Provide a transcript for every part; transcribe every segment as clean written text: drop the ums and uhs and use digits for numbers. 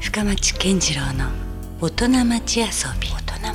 深町健次郎の大人町遊び。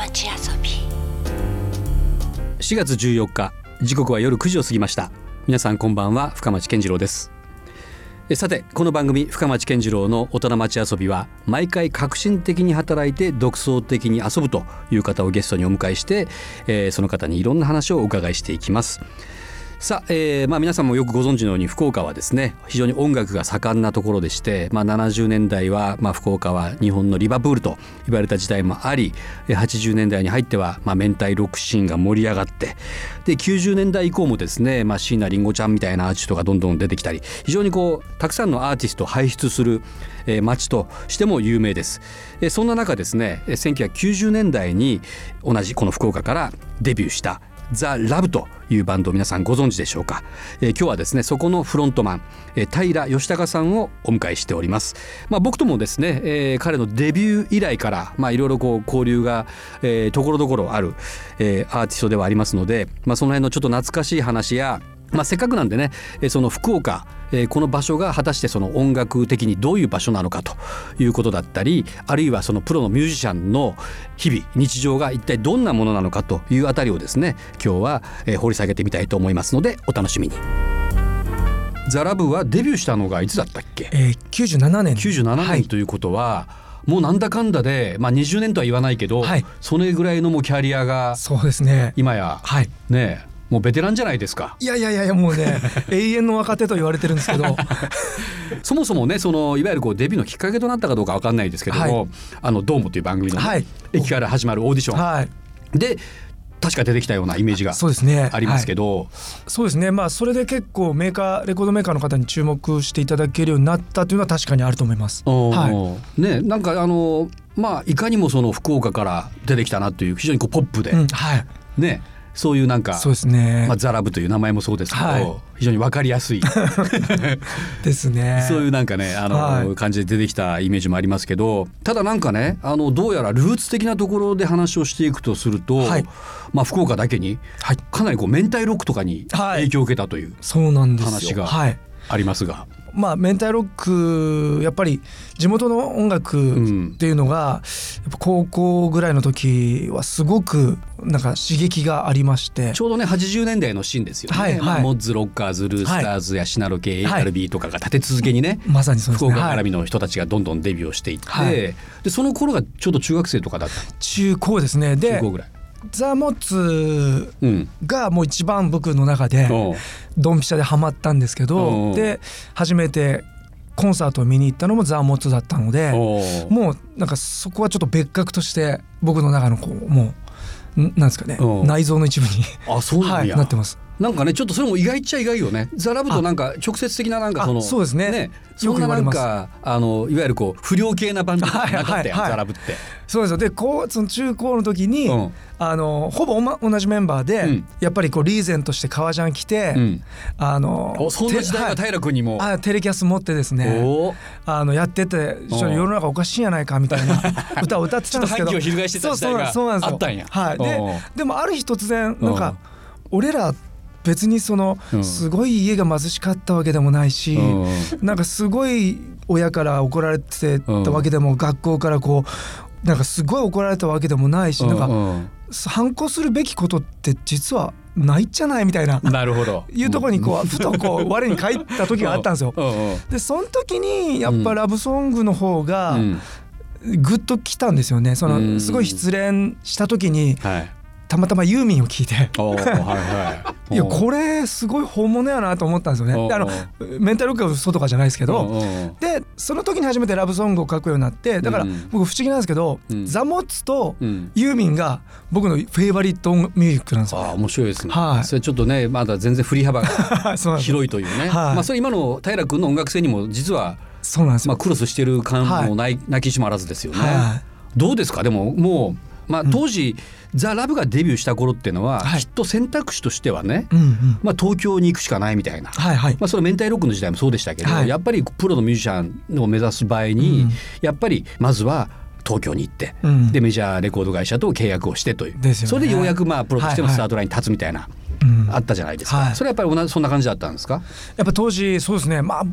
4月14日、時刻は夜9時を過ぎました。皆さんこんばんは、深町健次郎です。さて、この番組深町健次郎の大人町遊びは毎回革新的に働いて独創的に遊ぶという方をゲストにお迎えして、その方にいろんな話をお伺いしていきます。さあ、皆さんもよくご存知のように福岡はですね、非常に音楽が盛んなところでして、70年代は、福岡は日本のリバプールと言われた時代もあり、80年代に入っては、明太ロックシーンが盛り上がって、で90年代以降もですね、椎名林檎ちゃんみたいなアーティストがどんどん出てきたり、非常にたくさんのアーティストを輩出する、街としても有名です。そんな中ですね、1990年代に同じこの福岡からデビューしたザ・ラブというバンドを皆さんご存知でしょうか。今日はですね、そこのフロントマン、平義隆さんをお迎えしております。僕ともですね、彼のデビュー以来からいろいろ交流が、ところどころある、アーティストではありますので、その辺のちょっと懐かしい話や、せっかくなんでね、その福岡、この場所が果たしてその音楽的にどういう場所なのかということだったり、あるいはそのプロのミュージシャンの日々日常が一体どんなものなのかというあたりをですね、今日は掘り下げてみたいと思いますのでお楽しみに。ザ・ラブはデビューしたのがいつだったっけ ？97年。 97年ということは、もうなんだかんだで、20年とは言わないけど、それぐらいのもうキャリアが、 そうですね、 今や、ねえ、もうベテランじゃないですか。 いやもうね永遠の若手と言われてるんですけどそもそもね、いわゆるデビューのきっかけとなったかどうか分かんないですけども、ドームという番組の、駅から始まるオーディション、で確か出てきたようなイメージがありますけど、 そうですね、それで結構レコードメーカーの方に注目していただけるようになったというのは確かにあると思います。 ね、なんかいかにもその福岡から出てきたなという非常にポップで、ね、そういうなんか、 そうですね、 ザ・ラブという名前もそうですけど、非常に分かりやすいですね。 そういうなんかね、感じで出てきたイメージもありますけど、ただなんかね、どうやらルーツ的なところで話をしていくとすると、福岡だけに、かなり明太ロックとかに影響を受けたという話がありますが、 明太ロック、やっぱり地元の音楽っていうのが、やっぱ高校ぐらいの時はすごくなんか刺激がありまして、 ちょうどね80年代のシーンですよね。モッズ、ロッカーズ、ルースターズやシナロ系、ARB とかが立て続けにね、 まさにそうですね、 福岡絡みの人たちがどんどんデビューをしていって、でその頃がちょうど中学生とかだった。 中高ですね。で、 中高ぐらい。 ザ・モッツがもう一番僕の中でドンピシャでハマったんですけど、で初めてコンサートを見に行ったのもザ・モッツだったので、もうなんかそこはちょっと別格として僕の中のもうなんですかね、内臓の一部になってます。 なんかね、ちょっとそれも意外っちゃ意外よね。ザ・ラブとなんか直接的ななんかそうですね、 そんななんかいわゆる不良系なバンドじゃなかったよ、ザ・ラブって。 そうですよ。でその中高の時に、ほぼ同じメンバーで、やっぱりリーゼントして革ジャン着て、 そんな時代は平君にもテレキャス持ってですね、やってて、世の中おかしいんやないかみたいな歌を歌ってたんですけど、 ちょっと反旗を翻してた時代があったんや。 でもある日突然なんか、俺ら別にすごい家が貧しかったわけでもないし、なんかすごい親から怒られてたわけでも、学校からなんかすごい怒られたわけでもないし、なんか反抗するべきことって実はないじゃないみたいな、 なるほど、 いうところにふと我に返った時があったんですよ。でその時にやっぱラブソングの方がグッときたんですよね。すごい失恋した時に、たまたまユーミンを聞いていやこれすごい本物やなと思ったんですよね。メンタルロックが嘘とかじゃないですけど、でその時に初めてラブソングを書くようになって、だから僕不思議なんですけど、ザ・モッツとユーミンが僕のフェイバリットミュージックなんですよ。 面白いですね。それちょっとね、まだ全然振り幅が広いというね。それ今の平君の音楽性にも実はそうなんですよ、クロスしてる感もなきしもあらずですよね。どうですか？でももう当時、ザ・ラブがデビューした頃っていうのは、きっと選択肢としてはね、東京に行くしかないみたいな、その明太ロックの時代もそうでしたけど、やっぱりプロのミュージシャンを目指す場合に、やっぱりまずは東京に行って、でメジャーレコード会社と契約をしてという、それでようやくプロとしてのスタートラインに立つみたいな、あったじゃないですか。それはやっぱりそんな感じだったんですか？ やっぱ当時そうですね、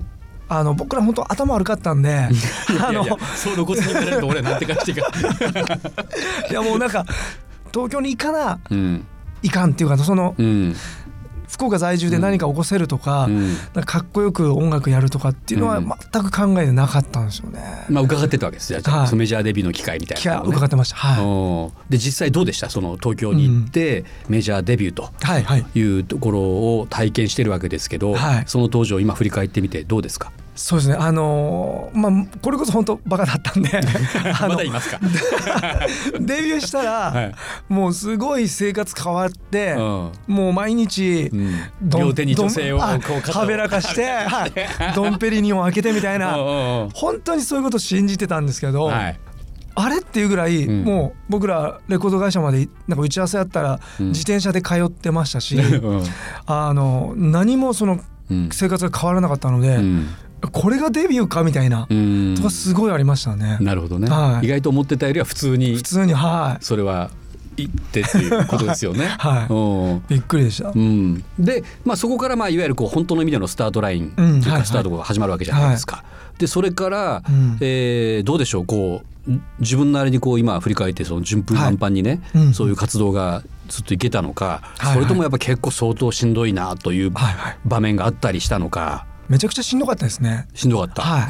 僕ら本当頭悪かったんでいやそう露骨に言われると俺なんてかしていかいやもうなんか東京に行かな、いかんっていうかその、福岡在住で何か起こせるとか、なんかかっこよく音楽やるとかっていうのは全く考えてなかったんですよね。 まあ伺ってたわけですよ。はい、そのメジャーデビューの機会みたいなのを、ね、 伺ってました。はい。 で実際どうでした？その東京に行ってメジャーデビューというところを体験してるわけですけど、はい、その当時を今振り返ってみてどうですか？ そうですね。まあこれこそ本当バカだったんでまだいますか？ デビューしたら、はい、もうすごい生活変わって、もう毎日、 両手に女性をこうはべらかして、はい、ドンペリニオン開けてみたいな本当にそういうことを信じてたんですけど、はい、あれっていうぐらい、もう僕らレコード会社までなんか打ち合わせやったら自転車で通ってましたし、何もその生活が変わらなかったので、これがデビューかみたいなとかすごいありましたね。 なるほどね、はい、意外と思ってたよりは普通に、 はい、 それは行ってっていうことですよね。 はい、びっくりでした。 で、そこからいわゆる本当の意味でのスタートラインというかスタートが始まるわけじゃないですか。でそれから、どうでしょう、自分なりに今振り返ってその順風満帆にね、そういう活動がずっといけたのか、それともやっぱ結構相当しんどいなという場面があったりしたのか。 めちゃくちゃしんどかったですね。 しんどかった。はい。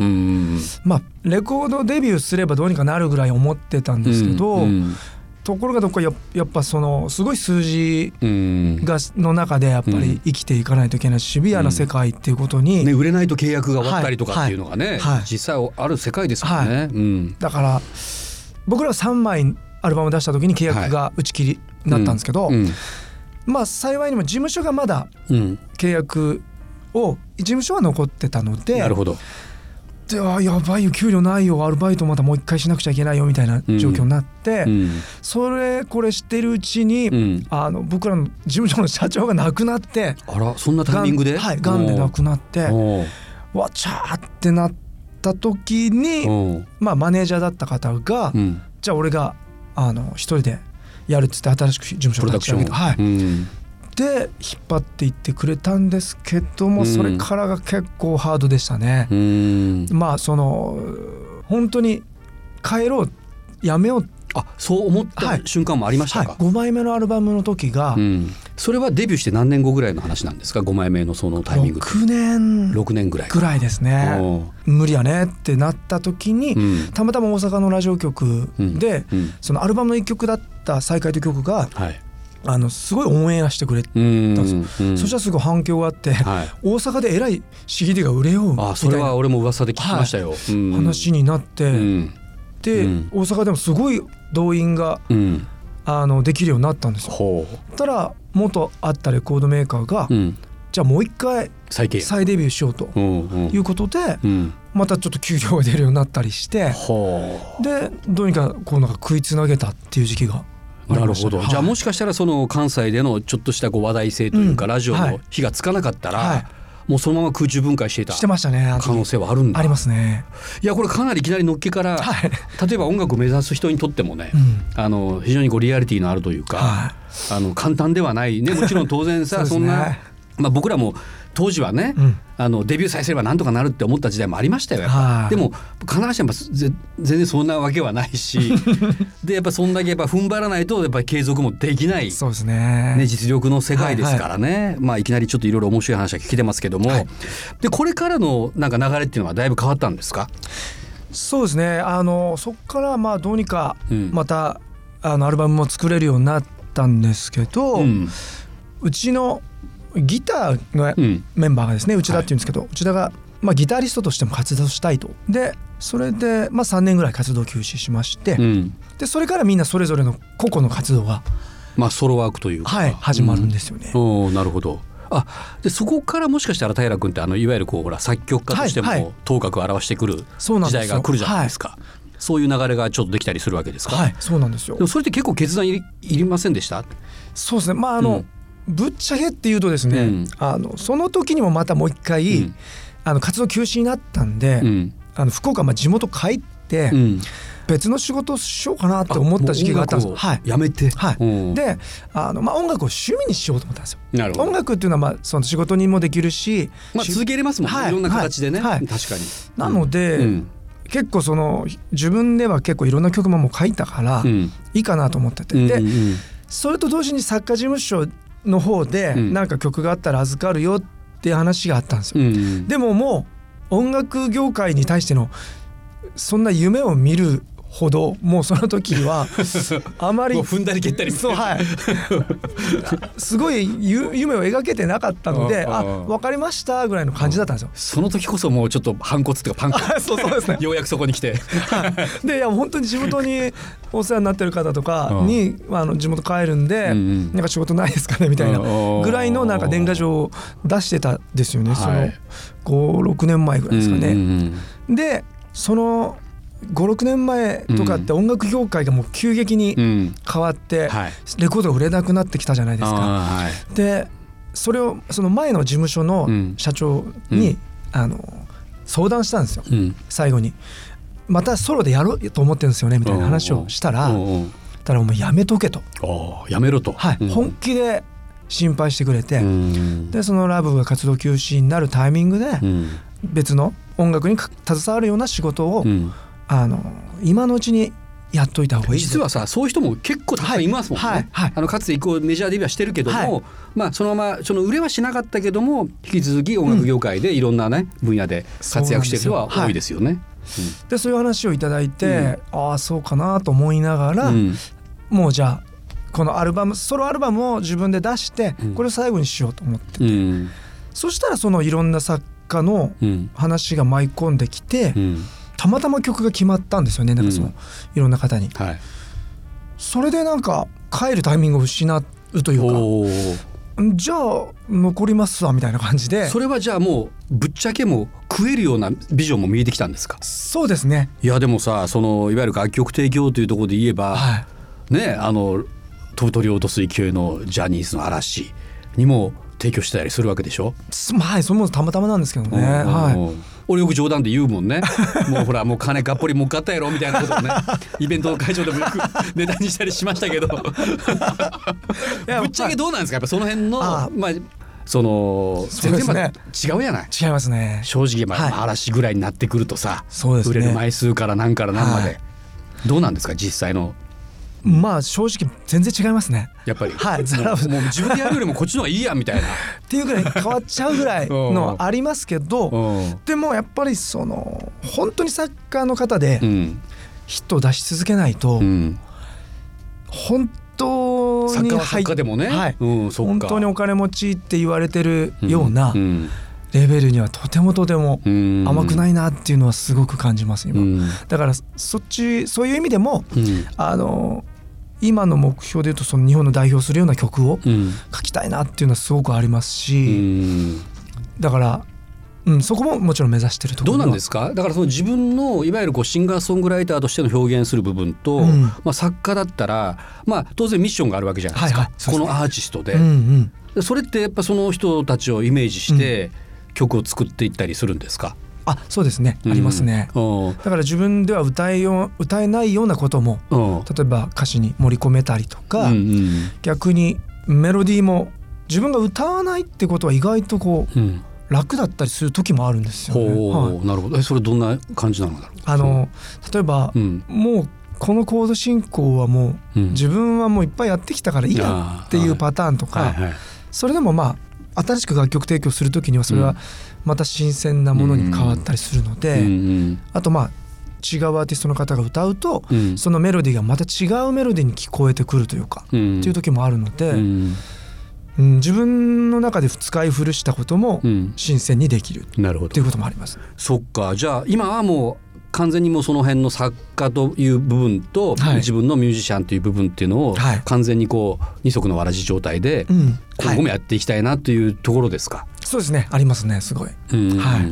レコードデビューすればどうにかなるぐらい思ってたんですけど、ところがどっかやっぱそのすごい数字の中でやっぱり生きていかないといけないシビアな世界っていうことに、 売れないと契約が終わったりとかっていうのがね、実際ある世界ですもんね。 だから僕らは3枚アルバム出した時に契約が打ち切りになったんですけど、幸いにも事務所がまだ契約を事務所は残ってたので、 なるほど。 でやばいよ、給料ないよ、アルバイトまたもう一回しなくちゃいけないよみたいな状況になって、これ知ってるうちに、僕らの事務所の社長が亡くなって、 あら、そんなタイミングで？ はい、がんで亡くなって、わちゃーってなった時に、マネージャーだった方が、じゃあ俺が一人でやるっつって新しく事務所を立ち上げて、で引っ張っていってくれたんですけども、それからが結構ハードでしたね。その本当に帰ろう、やめよう、 そう思った瞬間もありましたか？ 5枚目のアルバムの時が、 それはデビューして何年後ぐらいの話なんですか？5枚目のそのタイミング。 6年ぐらいですね。無理やねってなった時に、たまたま大阪のラジオ局で、そのアルバムの1曲だった再会という曲が、すごいオンエアしてくれたんですよ。そしたらすごい反響があって、大阪でえらい CD が売れようみたいな、 それは俺も噂で聞きましたよ。 話になって、で大阪でもすごい動員ができるようになったんですよ。たら元あったレコードメーカーが、じゃあもう一回再デビューしようということで、またちょっと給料が出るようになったりして、でどうにかなんか食いつなげたっていう時期が。 なるほど。じゃあもしかしたらその関西でのちょっとした話題性というか、ラジオの火がつかなかったら、もうそのまま空中分解していた可能性はあるんだ。 ありますね。 いやこれかなりいきなりのっけから、例えば音楽を目指す人にとってもね、非常にリアリティのあるというか、簡単ではないね。もちろん当然さそんな、僕らも当時はね、デビューさえすればなんとかなるって思った時代もありましたよ。でも必ずしも全然そんなわけはないしでやっぱそんだけ踏ん張らないとやっぱり継続もできない、 そうですね、 実力の世界ですからね。いきなりちょっといろいろ面白い話は聞けてますけども、でこれからのなんか流れっていうのはだいぶ変わったんですか？ そうですね、そこからどうにかまた、アルバムも作れるようになったんですけど、うちのギターのメンバーがですね、内田っていうんですけど、内田がギタリストとしても活動したいと。でそれで3年ぐらい活動休止しまして、でそれからみんなそれぞれの個々の活動がソロワークというか、 始まるんですよね。 なるほど。でそこからもしかしたら平君っていわゆる作曲家としても頭角を現してくる時代が来るじゃないですか。そういう流れがちょっとできたりするわけですか？ そうなんですよ。 でもそれって結構決断いりませんでした？そうですね、ぶっちゃけっていうとですね、その時にもまたもう一回、活動休止になったんで、福岡地元帰って、 別の仕事をしようかなって思った時期があったんですよ。 はい、やめて、 はい、で音楽を趣味にしようと思ったんですよ。 なるほど。 音楽っていうのはその仕事にもできるし、 続けれますもんね、いろんな形でね、確かに。 なので、結構自分では結構いろんな曲ももう書いたから、いいかなと思ってて、で、それと同時に作家事務所の方でなんか曲があったら預かるよっていう話があったんですよ。でももう音楽業界に対してのそんな夢を見るほどもうその時はあまりもう踏んだり蹴ったりそう、はい、すごい夢を描けてなかったので分かりましたぐらいの感じだったんですよ。 その時こそもうちょっと反骨っていうかパンクそうですね。 ようやくそこに来てでいや本当に地元にお世話になってる方とかに地元帰るんで、なんか仕事ないですかねみたいなぐらいのなんか年賀状を出してたんですよね、その5-6年前ぐらいですかね。でその5-6年前とかって音楽業界がもう急激に変わってレコードが売れなくなってきたじゃないですか。でそれをその前の事務所の社長に相談したんですよ、最後に。またソロでやろうと思ってるんですよねみたいな話をしたら、ただお前やめとけと、 やめろと、 本気で心配してくれて、でそのラブが活動休止になるタイミングで別の音楽に携わるような仕事を今のうちにやっといた方がいい。 実はさ、そういう人も結構たくさんいますもんね。かつてメジャーデビューはしてるけども、そのまま売れはしなかったけども引き続き音楽業界でいろんなね分野で活躍してる人は多いですよね。 でそういう話をいただいて、ああそうかなと思いながら、もうじゃあこのソロアルバムを自分で出してこれを最後にしようと思ってて、そしたらそのいろんな作家の話が舞い込んできて、たまたま曲が決まったんですよね。なんかいろんな方に、それでなんか帰るタイミングを失うというか、じゃあ残りますわみたいな感じで。 それはじゃあもうぶっちゃけもう食えるようなビジョンも見えてきたんですか？ そうですね。 いやでもさ、いわゆる楽曲提供というところで言えば、ね、飛ぶ鳥を落とす勢いのジャニーズの嵐にも提供してたりするわけでしょ。 はい、それもたまたまなんですけどね。 俺よく冗談で言うもんねもうほらもう金がっぽり儲かったやろみたいなことをねイベントの会場でもよくネタにしたりしましたけどぶっちゃけどうなんですか？やっぱその辺の全然違うやない。 違いますね。 正直嵐ぐらいになってくるとさ、売れる枚数から何から何までどうなんですか実際の。 正直全然違いますね。 やっぱり、 もう自分でやるよりもこっちの方がいいやみたいなっていうぐらい変わっちゃうぐらいのありますけどでもやっぱり本当に作家の方でヒットを出し続けないと、本当に作家は作家でもね、 本当にお金持ちって言われてるようなレベルにはとても甘くないなっていうのはすごく感じます今。だからそういう意味でも、今の目標でいうと日本の代表するような曲を書きたいなっていうのはすごくありますし、だからそこももちろん目指してるところ。 どうなんですか？だから自分のいわゆるシンガーソングライターとしての表現する部分と、作家だったら当然ミッションがあるわけじゃないですか、このアーティストで、それってやっぱその人たちをイメージして曲を作っていったりするんですか？ そうですね、ありますね。だから自分では歌えないようなことも例えば歌詞に盛り込めたりとか、逆にメロディーも自分が歌わないってことは意外と楽だったりする時もあるんですよね。 なるほど。それどんな感じなのだろう。 例えば、もうこのコード進行はもう、自分はもういっぱいやってきたからいいやっていうパターンとか、それでも新しく楽曲提供する時にはそれはまた新鮮なものに変わったりするので、あと違うアーティストの方が歌うと、そのメロディーがまた違うメロディーに聞こえてくるというか、っていう時もあるので、自分の中で使い古したことも新鮮にできるっていうこともあります。 そっか。じゃあ今はもう完全にもうその辺の作家という部分と、自分のミュージシャンという部分っていうのを完全に二足のわらじ状態で今後もやっていきたいなというところですか？ そうですね、ありますね、すごい。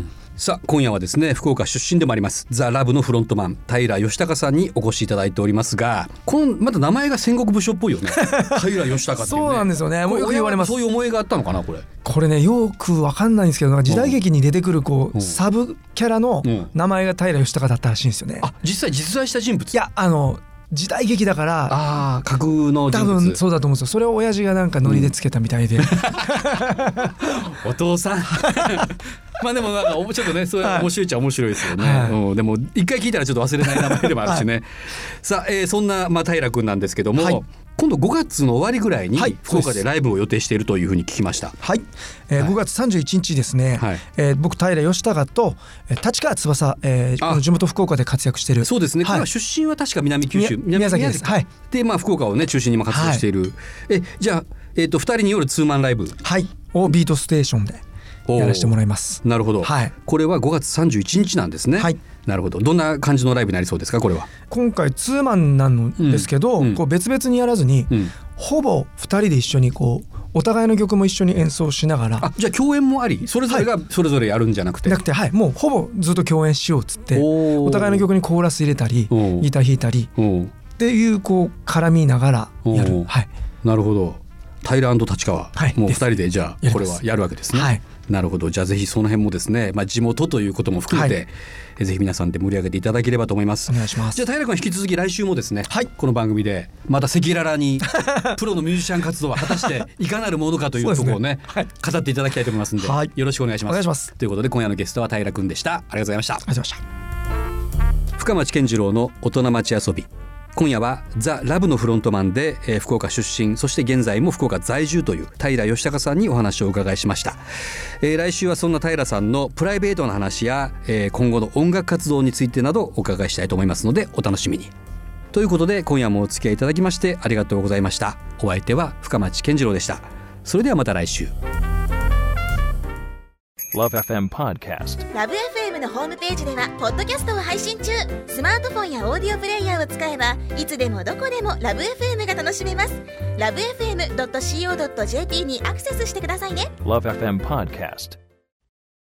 さあ今夜はですね福岡出身でもありますザ・ラブのフロントマン平義孝さんにお越しいただいておりますが、このまた名前が戦国武将っぽいよね平義孝っていうね。 そうなんですよね。もうよく言われます。 そういう思いがあったのかなこれ。 これねよくわかんないんですけど、時代劇に出てくるこうサブキャラの名前が平義孝だったらしいんですよね。 あ、実在した人物。 いや時代劇だから架空の人物。 多分そうだと思うんですよ。それを親父がなんかノリでつけたみたいで、 お父さんまあでもなんかちょっとねそれ面白いっちゃ面白いですよね、でも一回聞いたらちょっと忘れない名前でもあるしね、さあ、そんな平君なんですけども、今度5月の終わりぐらいに福岡でライブを予定しているというふうに聞きました。 はい、5月31日ですね、僕平義孝と立川翼、この地元福岡で活躍している。 そうですね、これは出身は確か南九州宮崎です。はい、 で福岡をね中心に活動している、じゃあ、2人によるツーマンライブ、 をビートステーションでやらせてもらいます。 なるほど、これは5月31日なんですね。なるほど。どんな感じのライブになりそうですかこれは。今回ツーマンなんですけど、こう別々にやらずに、ほぼ2人で一緒にこうお互いの曲も一緒に演奏しながら。 じゃあ共演もあり、それぞれがそれぞれやるんじゃなくて、 もうほぼずっと共演しようっつって、お互いの曲にコーラス入れたりギター弾いたりっていうこう絡みながらやる。 なるほど。平&立川、もう2人でじゃあこれはやるわけですね。なるほど。じゃあぜひその辺もですね、地元ということも含めて、ぜひ皆さんで盛り上げていただければと思います。 お願いします。 じゃあ平君は引き続き来週もですね、この番組でまた赤裸々にプロのミュージシャン活動は果たしていかなるものかというところをね語っていただきたいと思いますので、よろしくお願いします。 お願いします。 ということで今夜のゲストは平君でした。ありがとうございました。 ありがとうございました。 深町健次郎の大人町遊び。今夜はザ・ラブのフロントマンで、福岡出身、そして現在も福岡在住という平義孝さんにお話をお伺いしました。来週はそんな平さんのプライベートな話や、今後の音楽活動についてなどお伺いしたいと思いますのでお楽しみに。ということで今夜もお付き合いいただきましてありがとうございました。お相手は深町健次郎でした。それではまた来週。 LoveFM Podcast。LoveFM のホームページではポッドキャストを配信中。スマートフォンやオーディオプレイヤーを使えばいつでもどこでも LoveFM が楽しめます。LoveFM.co.jp にアクセスしてくださいね。LoveFM Podcast。